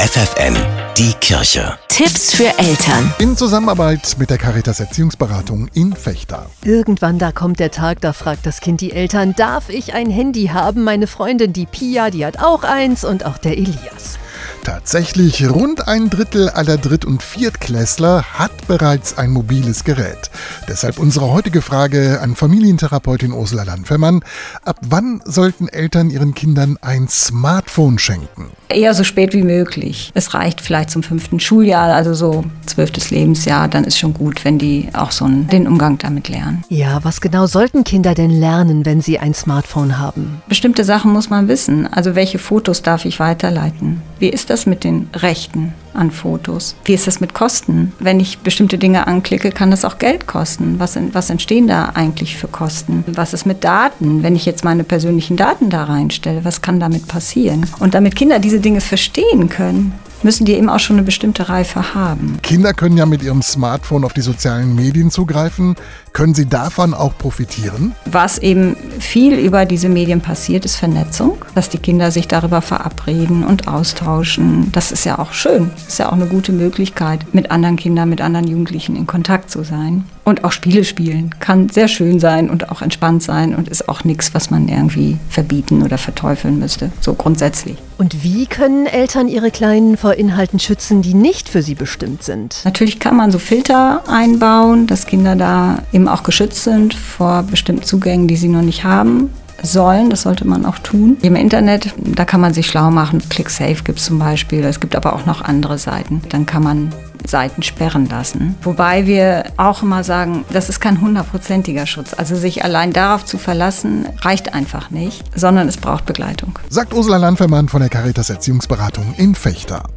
FFN, die Kirche. Tipps für Eltern. In Zusammenarbeit mit der Caritas Erziehungsberatung in Vechta. Irgendwann, da kommt der Tag, da fragt das Kind die Eltern, darf ich ein Handy haben? Meine Freundin, die Pia, die hat auch eins und auch der Elias. Tatsächlich, rund ein Drittel aller Dritt- und Viertklässler hat bereits ein mobiles Gerät. Deshalb unsere heutige Frage an Familientherapeutin Ursula Landfermann. Ab wann sollten Eltern ihren Kindern ein Smartphone schenken? Eher so spät wie möglich. Es reicht vielleicht zum 5. Schuljahr, also so 12. Lebensjahr. Dann ist schon gut, wenn die auch den Umgang damit lernen. Ja, was genau sollten Kinder denn lernen, wenn sie ein Smartphone haben? Bestimmte Sachen muss man wissen. Also welche Fotos darf ich weiterleiten? Wie ist das mit den Rechten an Fotos? Wie ist das mit Kosten? Wenn ich bestimmte Dinge anklicke, kann das auch Geld kosten. Was entstehen da eigentlich für Kosten? Was ist mit Daten? Wenn ich jetzt meine persönlichen Daten da reinstelle, was kann damit passieren? Und damit Kinder diese Dinge verstehen können, müssen die eben auch schon eine bestimmte Reife haben. Kinder können ja mit ihrem Smartphone auf die sozialen Medien zugreifen. Können sie davon auch profitieren? Was eben viel über diese Medien passiert, ist Vernetzung, dass die Kinder sich darüber verabreden und austauschen. Das ist ja auch schön. Das ist ja auch eine gute Möglichkeit, mit anderen Kindern, mit anderen Jugendlichen in Kontakt zu sein. Und auch Spiele spielen kann sehr schön sein und auch entspannt sein und ist auch nichts, was man irgendwie verbieten oder verteufeln müsste, so grundsätzlich. Und wie können Eltern ihre Kleinen vor Inhalten schützen, die nicht für sie bestimmt sind? Natürlich kann man so Filter einbauen, dass Kinder da eben auch geschützt sind vor bestimmten Zugängen, die sie noch nicht haben sollen. Das sollte man auch tun. Im Internet, da kann man sich schlau machen. ClickSafe gibt es zum Beispiel. Es gibt aber auch noch andere Seiten. Dann kann man Seiten sperren lassen. Wobei wir auch immer sagen, das ist kein 100%iger Schutz. Also sich allein darauf zu verlassen, reicht einfach nicht, sondern es braucht Begleitung. Sagt Ursula Landfermann von der Caritas Erziehungsberatung in Vechta.